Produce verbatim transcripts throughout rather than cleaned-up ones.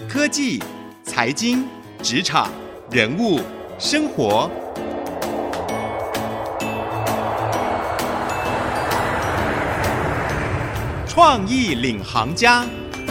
科技、财经、职场、人物、生活。创意领航家。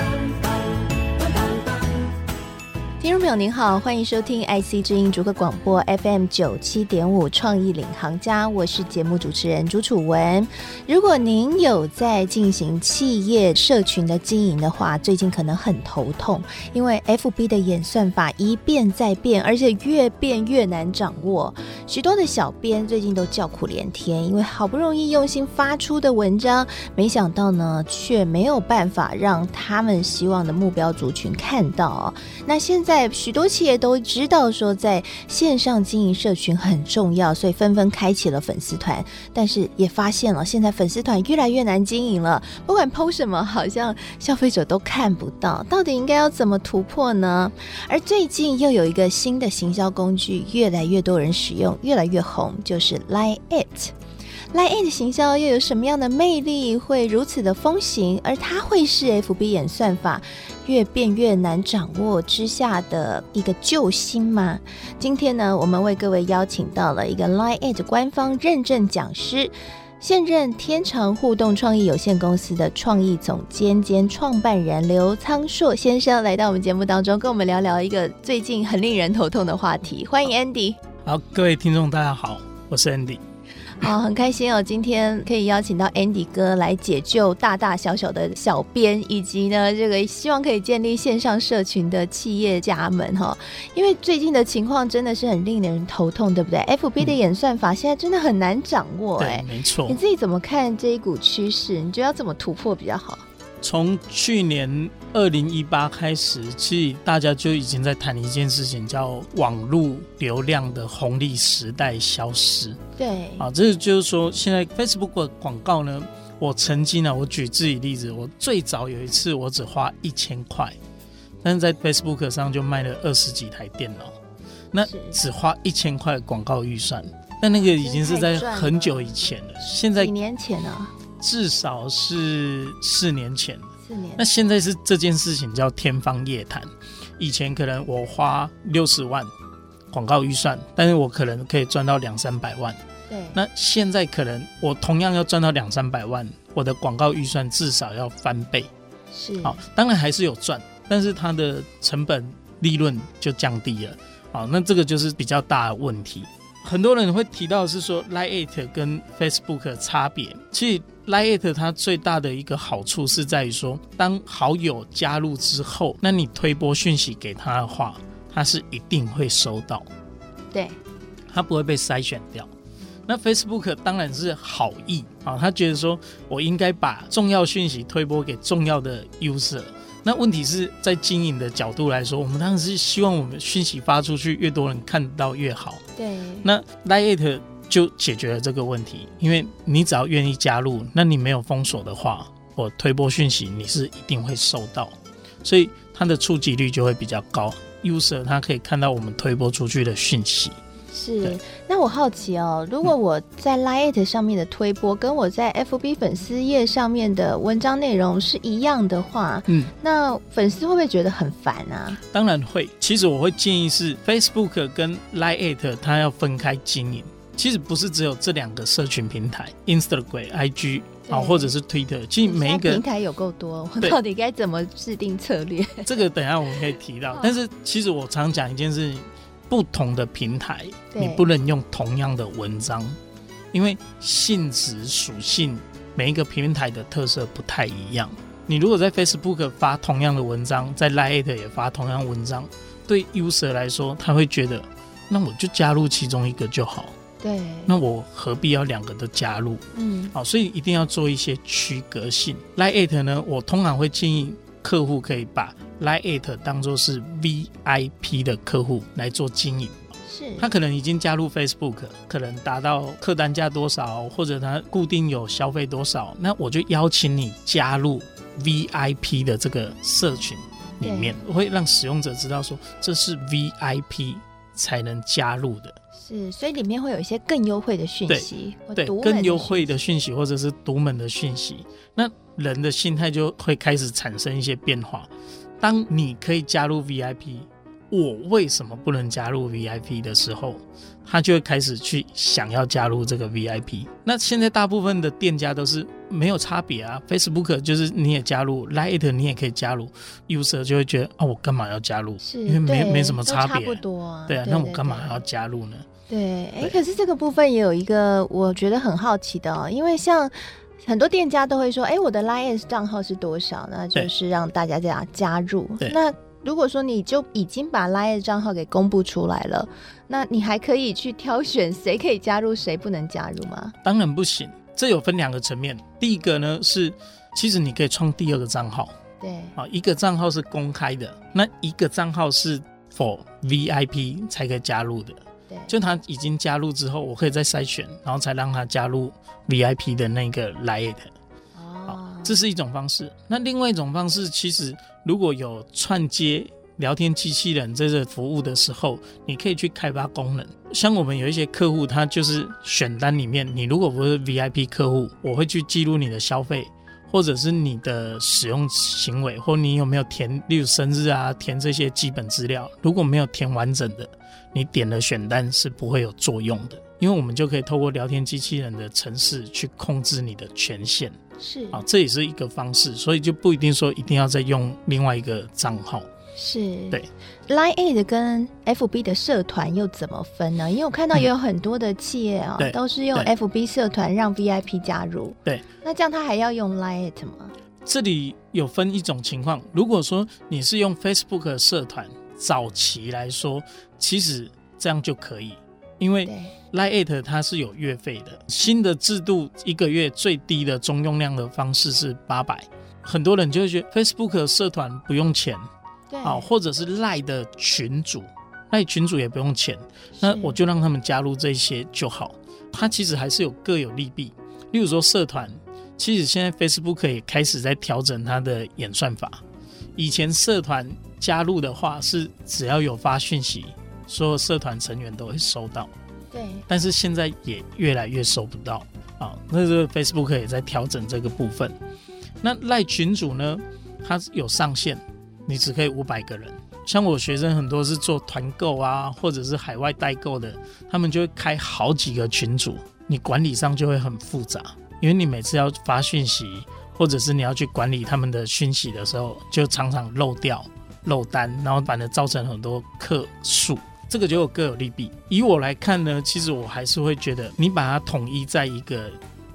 听众朋友您好，欢迎收听 I C 之音竹科广播 F M 九七点五创意领航家，我是节目主持人朱楚文。如果您有在进行企业社群的经营的话，最近可能很头痛，因为 F B 的演算法一变再变，而且越变越难掌握。许多的小编最近都叫苦连天，因为好不容易用心发出的文章，没想到呢却没有办法让他们希望的目标族群看到。那现在许多企业都知道说在线上经营社群很重要，所以纷纷开启了粉丝团，但是也发现了现在粉丝团越来越难经营了，不管 po 什么好像消费者都看不到，到底应该要怎么突破呢？而最近又有一个新的行销工具越来越多人使用，越来越红，就是 Line It。Line It 的行销又有什么样的魅力，会如此的风行？而它会是 F B 演算法越变越难掌握之下的一个救星吗？今天呢，我们为各位邀请到了一个 Line It 官方认证讲师，现任天长互动创意有限公司的创意总监兼创办人刘苍硕先生来到我们节目当中，跟我们聊聊一个最近很令人头痛的话题。欢迎 Andy。 好，各位听众大家好，我是 Andy。 好，很开心哦，今天可以邀请到 Andy 哥来解救大大小小的小编，以及呢这个希望可以建立线上社群的企业家们哈。因为最近的情况真的是很令人头痛，对不对？ F B 的演算法现在真的很难掌握，哎、 嗯，对，没错。 你自己怎么看这一股趋势？你觉得要怎么突破比较好？ 从去年二零一八开始，其实大家就已经在谈一件事情，叫网络流量的红利时代消失。 对， 啊，这就是说，现在 Facebook 的广告呢，我曾经啊，我举自己例子，我最早有一次我只花一千块，但是在 Facebook 上就卖了二十几台电脑，那只花一千块广告预算，但那个已经是在很久以前了，现在几年前啊？ 至少是四年前， 四年。 那现在是这件事情叫天方夜谭。以前可能我花六十万广告预算，但是我可能可以赚到两三百万。 对。 那现在可能我同样要赚到两三百万，我的广告预算至少要翻倍。 是。 好，当然还是有赚，但是它的成本利润就降低了。好，那这个就是比较大的问题。很多人会提到的是说 Line It 跟 Facebook 的差别，其实 Line It 它最大的一个好处是在于说，当好友加入之后，那你推播讯息给他的话，他是一定会收到， 对， 他不会被筛选掉。那 Facebook 当然是好意啊，他觉得说我应该把重要讯息推播给重要的 user。那问题是在经营的角度来说，我们当然是希望我们讯息发出去，越多人看到越好。 对， 那 Line It 就解决了这个问题，因为你只要愿意加入，那你没有封锁的话，我推播讯息你是一定会收到，所以它的触及率就会比较高。user 他可以看到我们推播出去的讯息。 是，那我好奇哦，如果我在 Line It 上面的推播跟我在 F B 粉丝页上面的文章内容是一样的话，嗯，那粉丝会不会觉得很烦啊？当然会。其实我会建议是 Facebook 跟 Line It 它要分开经营。其实不是只有这两个社群平台 Instagram、I G 啊，或者是 Twitter， 其实每一个平台有够多，我到底该怎么制定策略？ 这个等一下我们可以提到。但是其实我常讲一件事情，不同的平台你不能用同样的文章，因为性质属性每一个平台的特色不太一样。你如果在 Facebook 发同样的文章，在 Line It 也发同样的文章，对 user 来说他会觉得那我就加入其中一个就好， 对， 那我何必要两个都加入？嗯，好，所以一定要做一些区隔性。Line It 呢，我通常会建议客户可以把 Line It 当作是 V I P 的客户来做经营。是，他可能已经加入 Facebook， 可能达到客单价多少，或者他固定有消费多少，那我就邀请你加入 V I P 的这个社群里面，会让使用者知道说这是 V I P 才能加入的。 是，所以里面会有一些更优惠的讯息， 对，对，更优惠的讯息或者是独门的讯息，那人的心态就会开始产生一些变化。 当你可以加入 V I P， 我为什么不能加入 V I P 的时候，他就会开始去想要加入这个 V I P。 那现在大部分的店家都是没有差别啊， Facebook 就是你也加入， Lite 你也可以加入， user 就会觉得啊，我干嘛要加入，因为 没, 没什么差别， 差不多啊， 对啊，对对对，那我干嘛还要加入呢？ 对，哎，可是这个部分也有一个我觉得很好奇的哦，因为像很多店家都会说，哎，我的 Line 账号是多少，那就是让大家这样加入。那如果说你就已经把 Line 账号给公布出来了，那你还可以去挑选谁可以加入谁不能加入吗？ 当然不行，这有分两个层面。第一个呢是其实你可以创第二个账号， 对， 一个账号是公开的，那一个账号是 for V I P 才可以加入的。对，就他已经加入之后，我可以再筛选，然后才让他加入 V I P 的那个 Lite。哦，这是一种方式。那另外一种方式，其实如果有串接聊天机器人这个服务的时候，你可以去开发功能。像我们有一些客户，他就是选单里面，你如果不是 V I P 客户，我会去记录你的消费，或者是你的使用行为，或你有没有填，例如生日啊，填这些基本资料。如果没有填完整的，你点了选单是不会有作用的，因为我们就可以透过聊天机器人的程式去控制你的权限。 是， 啊，这也是一个方式，所以就不一定说一定要再用另外一个账号。 是， 对。 Line 跟 F B 的社团又怎么分呢？因为我看到也有很多的企业啊、嗯，都是用 F B 社团让 V I P 加入。对，那这样他还要用 Line 吗？ 这里有分一种情况，如果说你是用 Facebook 的社团，早期来说，其实这样就可以，因为 Lite 它是有月费的，新的制度一个月最低的中用量的方式是八百，很多人就会觉得 Facebook 的社团不用钱，对、啊，或者是 Lite 的群组 Lite 群组也不用钱，那我就让他们加入这些就好。它其实还是有各有利弊，例如说社团，其实现在 Facebook 也开始在调整它的演算法，以前社团加入的话是只要有发讯息，所有社团成员都会收到，对，但是现在也越来越收不到啊。那个 Facebook 也在调整这个部分。那赖群组呢，它有上限，你只可以五百个人。像我学生很多是做团购啊，或者是海外代购的，他们就会开好几个群组，你管理上就会很复杂，因为你每次要发讯息，或者是你要去管理他们的讯息的时候，就常常漏掉漏单，然后反而造成很多客数，这个就有各有利弊。以我来看呢，其实我还是会觉得你把它统一在一个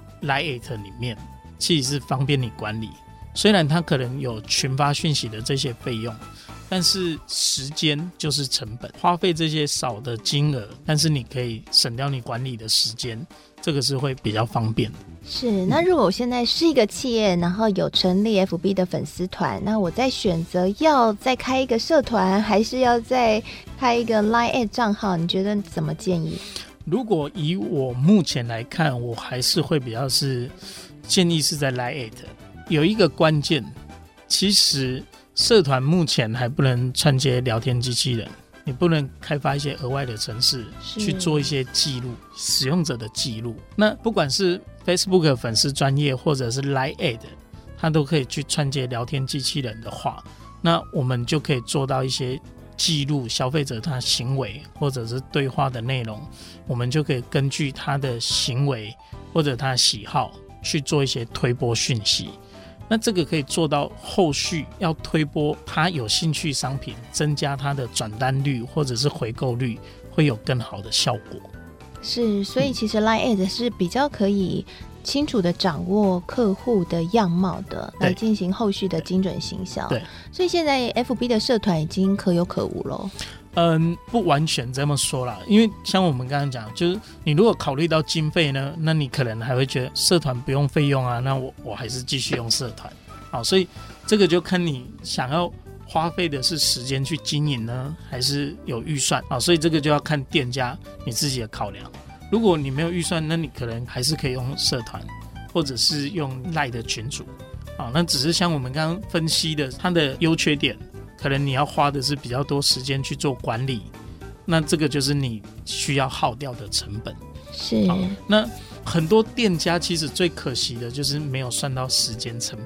Lite 里面，其实是方便你管理。虽然它可能有群发讯息的这些费用，但是时间就是成本，花费这些少的金额，但是你可以省掉你管理的时间，这个是会比较方便的。 是，那如果我现在是一个企业，然后有成立 F B 的粉丝团，那我在选择要再开一个社团，还是要再开一个 Line 账号，你觉得怎么建议？ 如果以我目前来看，我还是会比较是建议是在 Line。 有一个关键，其实社团目前还不能串接聊天机器人，你不能开发一些额外的程式去做一些记录，使用者的记录。那不管是 Facebook 粉丝专页或者是 Line， 它都可以去串接聊天机器人的话，那我们就可以做到一些记录消费者他行为或者是对话的内容，我们就可以根据他的行为或者他的喜好去做一些推播讯息。那这个可以做到后续要推播他有兴趣商品，增加他的转单率或者是回购率，会有更好的效果。 是，所以其实 Line 是比较可以清楚的掌握客户的样貌的，来进行后续的精准行销。对，所以现在 F B 的社团已经可有可无咯。 嗯，不完全这么说啦，因为像我们刚刚讲，就是你如果考虑到经费呢，那你可能还会觉得社团不用费用啊，那我我还是继续用社团。好，所以这个就看你想要花费的是时间去经营呢，还是有预算。好，所以这个就要看店家你自己的考量。如果你没有预算，那你可能还是可以用社团，或者是用 Line 的群组。好，那只是像我们刚刚分析的它的优缺点，可能你要花的是比较多时间去做管理，那这个就是你需要耗掉的成本。 是， 好，那很多店家其实最可惜的就是没有算到时间成本。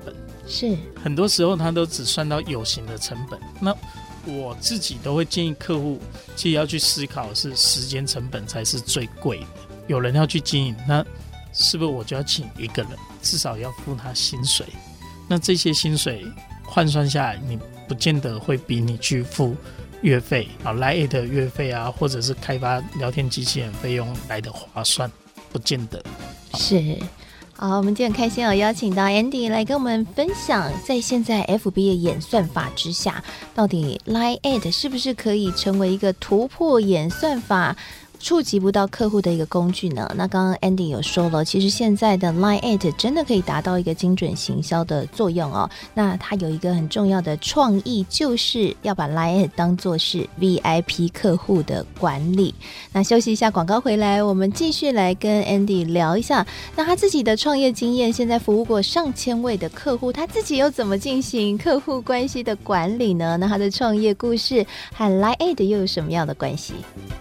是很多时候他都只算到有形的成本。那我自己都会建议客户其实要去思考的是时间成本才是最贵的。有人要去经营，那是不是我就要请一个人，至少要付他薪水？那这些薪水换算下来，你不见得会比你去付月费啊 ，Line 的月费啊，或者是开发聊天机器人费用来的划算，不见得。 是。好，我们今天很开心哦，邀请到 Andy 来跟我们分享，在现在 F B 的演算法之下，到底 Line@ 是不是可以成为一个突破演算法触及不到客户的一个工具呢？那刚刚 Andy 有说了，其实现在的 Line@ 真的可以达到一个精准行销的作用哦。那它有一个很重要的创意，就是要把 Line@ 当作是 V I P 客户的管理。那休息一下广告回来，我们继续来跟 Andy 聊一下，那他自己的创业经验，现在服务过上千位的客户，他自己又怎么进行客户关系的管理呢？那他的创业故事和 Line@ 又有什么样的关系？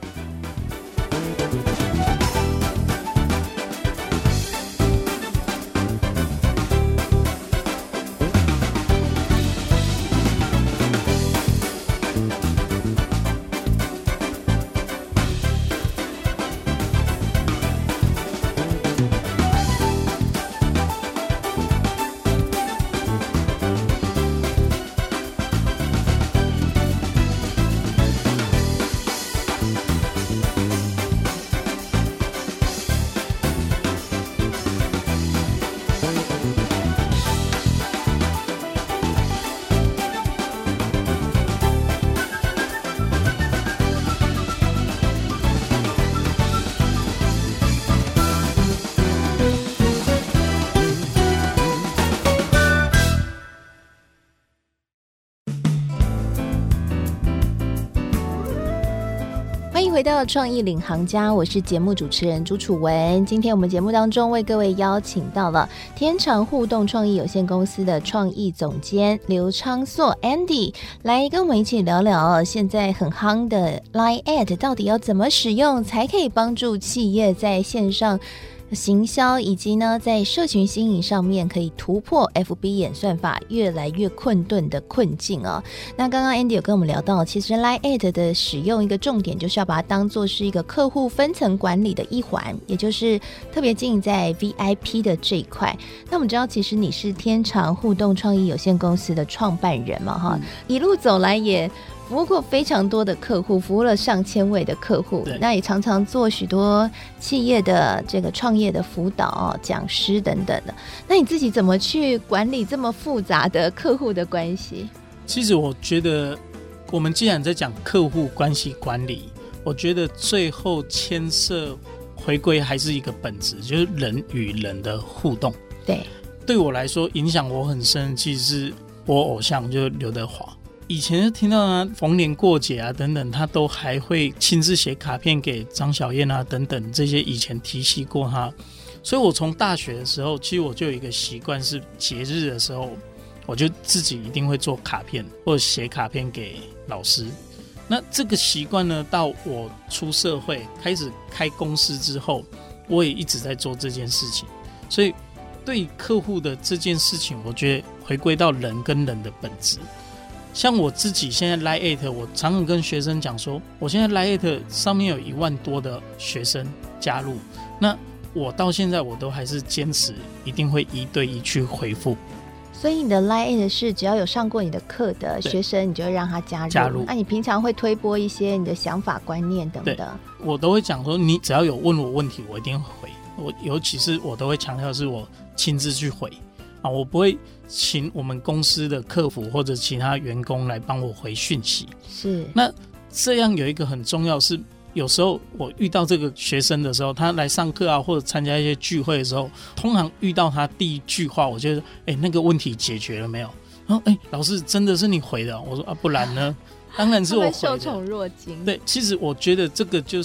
回到创意领航家，我是节目主持人朱楚文。今天我们节目当中为各位邀请到了天长互动创意有限公司的创意总监刘昌硕 Andy 来跟我们一起聊聊现在很夯的 Line@ 到底要怎么使用才可以帮助企业在线上行销，以及呢在社群经营上面可以突破 F B 演算法越来越困顿的困境哦。那刚刚 Andy 有跟我们聊到，其实 Line@ 的使用一个重点就是要把它当作是一个客户分层管理的一环，也就是特别经营在 V I P 的这一块。那我们知道其实你是天长互动创意有限公司的创办人嘛哈、嗯，一路走来也服务过非常多的客户，服务了上千位的客户，那也常常做许多企业的这个创业的辅导、讲师等等的。那你自己怎么去管理这么复杂的客户的关系？ 其实我觉得我们既然在讲客户关系管理，我觉得最后牵涉回归还是一个本质，就是人与人的互动。 对， 对我来说影响我很深，其实是我偶像就是刘德华。以前就听到他逢年过节啊等等，他都还会亲自写卡片给张小燕啊等等，这些以前提携过他。所以我从大学的时候，其实我就有一个习惯，是节日的时候我就自己一定会做卡片或者写卡片给老师。那这个习惯呢，到我出社会开始开公司之后，我也一直在做这件事情。所以对客户的这件事情，我觉得回归到人跟人的本质。像我自己现在 Line@ 我常常跟学生讲说，我现在 Line@ 上面有一万多的学生加入，那我到现在我都还是坚持一定会一对一去回复。 所以你的 Line@ 是只要有上过你的课的学生，你就会让他加入。 加入。 那你平常会推播一些你的想法、观念等等。 我都会讲说，你只要有问我问题，我一定会回。我尤其是我都会强调是我亲自去回。啊、我不会请我们公司的客服或者其他员工来帮我回讯息。 是， 那这样有一个很重要是，有时候我遇到这个学生的时候，他来上课啊，或者参加一些聚会的时候，通常遇到他第一句话，我觉得，哎，那个问题解决了没有？然后，哎，老师真的是你回的？我说啊，不然呢？当然是我回的。 受宠若惊。 对，其实我觉得这个就是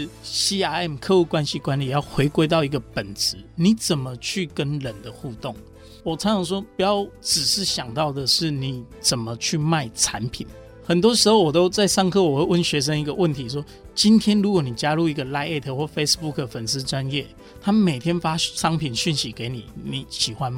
C R M 客户关系管理要回归到一个本质，你怎么去跟人的互动？我常常说，不要只是想到的是你怎么去卖产品。很多时候我都在上课，我会问学生一个问题说，今天如果你加入一个 Line@ 或 Facebook 粉丝专页，他们每天发商品讯息给你，你喜欢吗？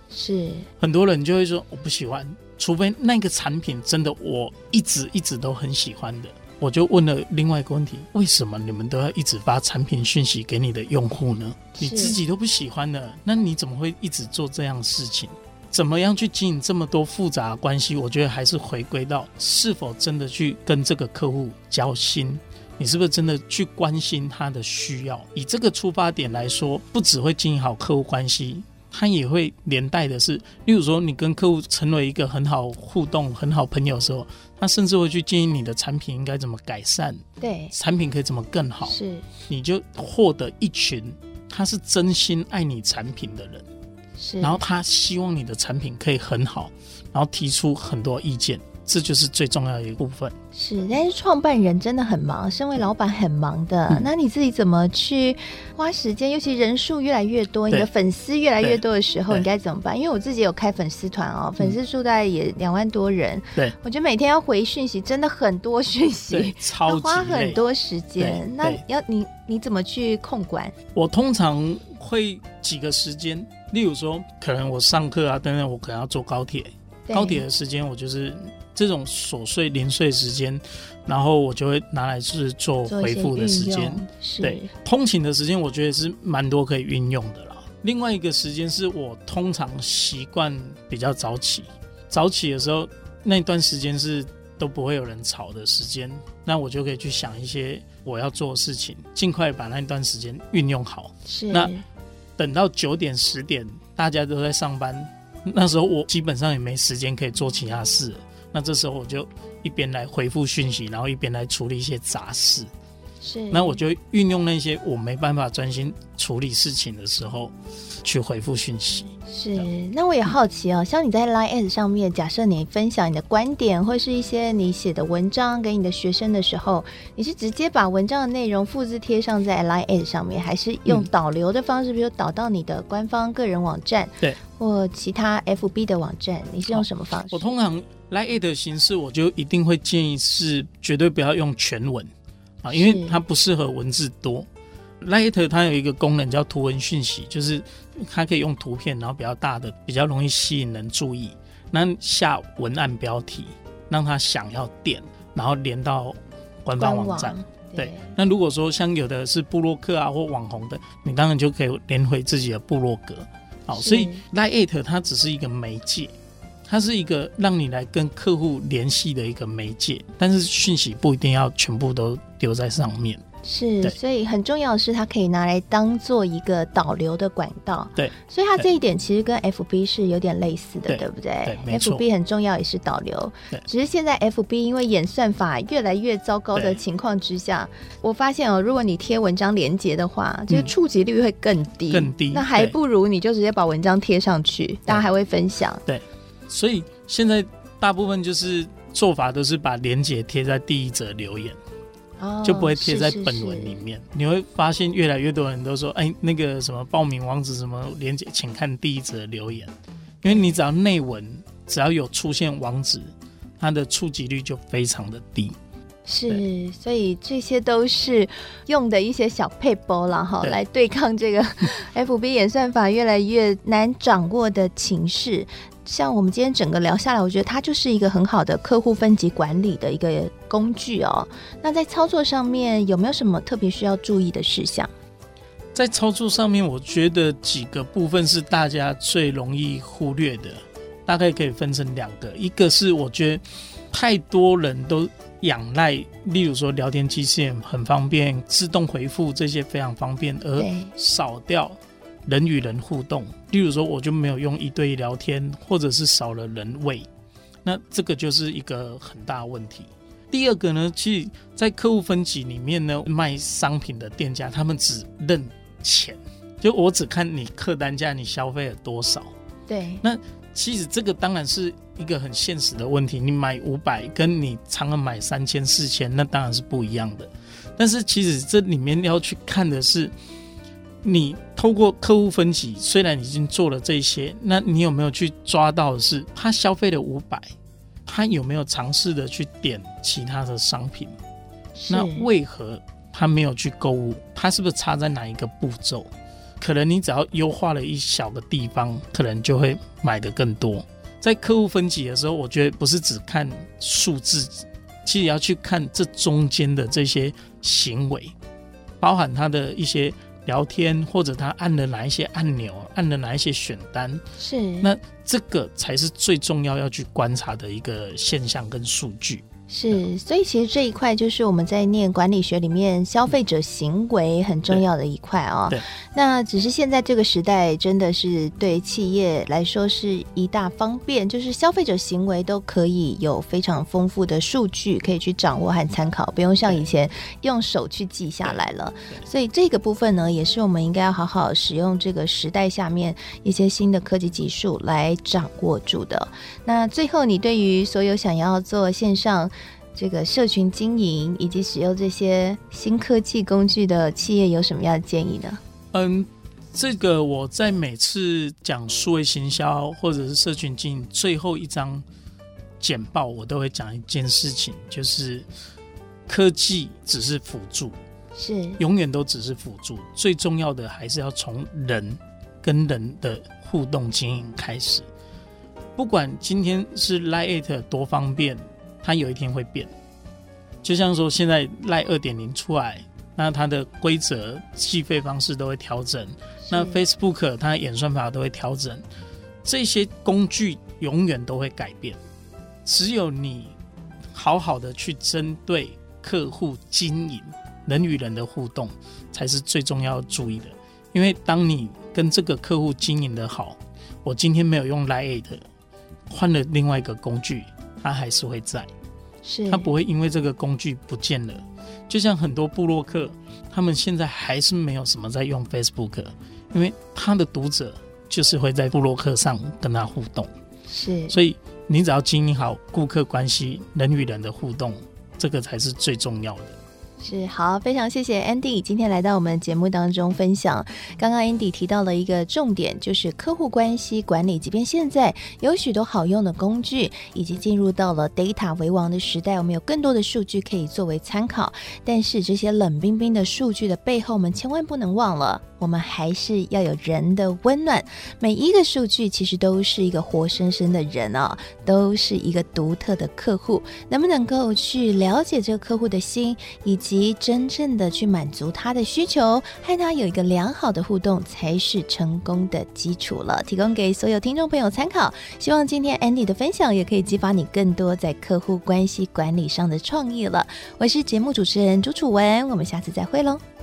是很多人就会说我不喜欢，除非那个产品真的我一直一直都很喜欢的。我就问了另外一个问题，为什么你们都要一直发产品讯息给你的用户呢？你自己都不喜欢的，那你怎么会一直做这样的事情？怎么样去经营这么多复杂的关系？我觉得还是回归到是否真的去跟这个客户交心，你是不是真的去关心他的需要？以这个出发点来说，不只会经营好客户关系，它也会连带的是，例如说你跟客户成为一个很好互动很好朋友的时候，他甚至会去建议你的产品应该怎么改善， 对， 产品可以怎么更好， 是你就获得一群他是真心爱你产品的人， 是， 然后他希望你的产品可以很好，然后提出很多意见，这就是最重要的一个部分。 是，但是创办人真的很忙，身为老板很忙的、嗯、那你自己怎么去花时间，尤其人数越来越多，你的粉丝越来越多的时候你该怎么办？因为我自己有开粉丝团哦，粉丝数大概也两万多人，对，我觉得每天要回讯息真的很多讯息，超级累，要花很多时间，那要你你怎么去控管？ 我通常会几个时间，例如说可能我上课啊等等，我可能要坐高铁，高铁的时间我就是这种琐碎零碎时间，然后我就会拿来是做回复的时间。对，通勤的时间我觉得是蛮多可以运用的啦。另外一个时间是我通常习惯比较早起，早起的时候那段时间是都不会有人吵的时间，那我就可以去想一些我要做的事情，尽快把那段时间运用好。 是， 那等到九点十点大家都在上班，那时候我基本上也没时间可以做其他事了，那这时候我就一边来回复讯息，然后一边来处理一些杂事。 是， 那我就运用那些我没办法专心处理事情的时候去回复讯息。 是，那我也好奇哦，像你在 LINE@ 上面，假设你分享你的观点或是一些你写的文章给你的学生的时候，你是直接把文章的内容复制贴上在 LINE@ 上面，还是用导流的方式，比如导到你的官方个人网站，对，或其他 F B 的网站？你是用什么方式？ 我通常 LINE@ 的形式，我就一定会建议是绝对不要用全文啊，因为它不适合文字多。LINE@ 它有一个功能叫图文讯息，就是它可以用图片，然后比较大的，比较容易吸引人注意。那下文案标题，让他想要点，然后连到官方网站。对, 对，那如果说像有的是部落客啊或网红的，你当然就可以连回自己的部落格。好，所以 LINE@ 它只是一个媒介，它是一个让你来跟客户联系的一个媒介，但是讯息不一定要全部都丢在上面。 是，所以很重要的是它可以拿来当做一个导流的管道。 对， 所以它这一点其实跟 F B 是有点类似的， 对, 对不对？ 对，没错。 F B 很重要也是导流，只是现在 F B 因为演算法越来越糟糕的情况之下，我发现哦，如果你贴文章连结的话，就是触及率会更低， 更低。 那还不如你就直接把文章贴上去，大家还会分享。 对，所以现在大部分就是做法都是把连结贴在第一则留言。哦、就不会贴在本文里面。是是是，你会发现越来越多人都说，哎，那个什么报名网址什么连结，请看第一则留言。因为你只要内文只要有出现网址，它的触及率就非常的低。 是，所以这些都是用的一些小撇步啦哈，来对抗这个 F B 演算法越来越难掌握的情势。像我们今天整个聊下来，我觉得它就是一个很好的客户分级管理的一个工具哦。那在操作上面有没有什么特别需要注意的事项？ 在操作上面，我觉得几个部分是大家最容易忽略的，大概可以分成两个。一个是我觉得太多人都仰赖，例如说聊天机器人很方便，自动回复这些非常方便，而少掉人与人互动。例如说我就没有用一对一聊天，或者是少了人味，那这个就是一个很大的问题。第二个呢，其实在客户分级里面呢，卖商品的店家他们只认钱，就我只看你客单价，你消费了多少。 对， 那其实这个当然是一个很现实的问题，你买五百跟你常常买三千四千，那当然是不一样的。但是其实这里面要去看的是，你透过客户分级，虽然已经做了这些，那你有没有去抓到的是他消费了五百，他有没有尝试的去点其他的商品？那为何他没有去购物？他是不是差在哪一个步骤？ 可能你只要优化了一小个地方，可能就会买得更多。在客户分级的时候，我觉得不是只看数字，其实要去看这中间的这些行为，包含他的一些聊天，或者他按了哪一些按钮，按了哪一些选单， 是， 那这个才是最重要要去观察的一个现象跟数据。 是，所以其实这一块就是我们在念管理学里面消费者行为很重要的一块哦。 对， 那只是现在这个时代真的是对企业来说是一大方便，就是消费者行为都可以有非常丰富的数据可以去掌握和参考，不用像以前用手去记下来了。所以这个部分呢，也是我们应该要好好使用这个时代下面一些新的科技技术来掌握住的。那最后，你对于所有想要做线上这个社群经营以及使用这些新科技工具的企业有什么样的建议呢？ 嗯，这个我在每次讲数位行销或者是社群经营最后一张简报，我都会讲一件事情，就是科技只是辅助， 是永远都只是辅助，最重要的还是要从人跟人的互动经营开始。不管今天是 Line 多方便，它有一天会变。就像说现在 Line 二点零 出来，那它的规则计费方式都会调整，那 Facebook 它的演算法都会调整，这些工具永远都会改变。只有你好好的去针对客户经营，人与人的互动才是最重要注意的。因为当你跟这个客户经营的好，我今天没有用 Line 换了另外一个工具，它还是会在， 是它不会因为这个工具不见了。就像很多部落客，他们现在还是没有什么在用 Facebook， 因为他的读者就是会在部落客上跟他互动。 是， 所以你只要经营好顾客关系，人与人的互动，这个才是最重要的。 是，好，非常谢谢 Andy 今天来到我们节目当中分享。刚刚 Andy 提到了一个重点，就是客户关系管理。即便现在有许多好用的工具，以及进入到了 data 为王的时代，我们有更多的数据可以作为参考，但是这些冷冰冰的数据的背后，我们千万不能忘了，我们还是要有人的温暖。每一个数据其实都是一个活生生的人啊，都是一个独特的客户。能不能够去了解这个客户的心，以及及真正的去满足他的需求，和他有一个良好的互动，才是成功的基础了。提供给所有听众朋友参考。希望今天 Andy 的分享也可以激发你更多在客户关系管理上的创意了。我是节目主持人朱楚文，我们下次再会喽。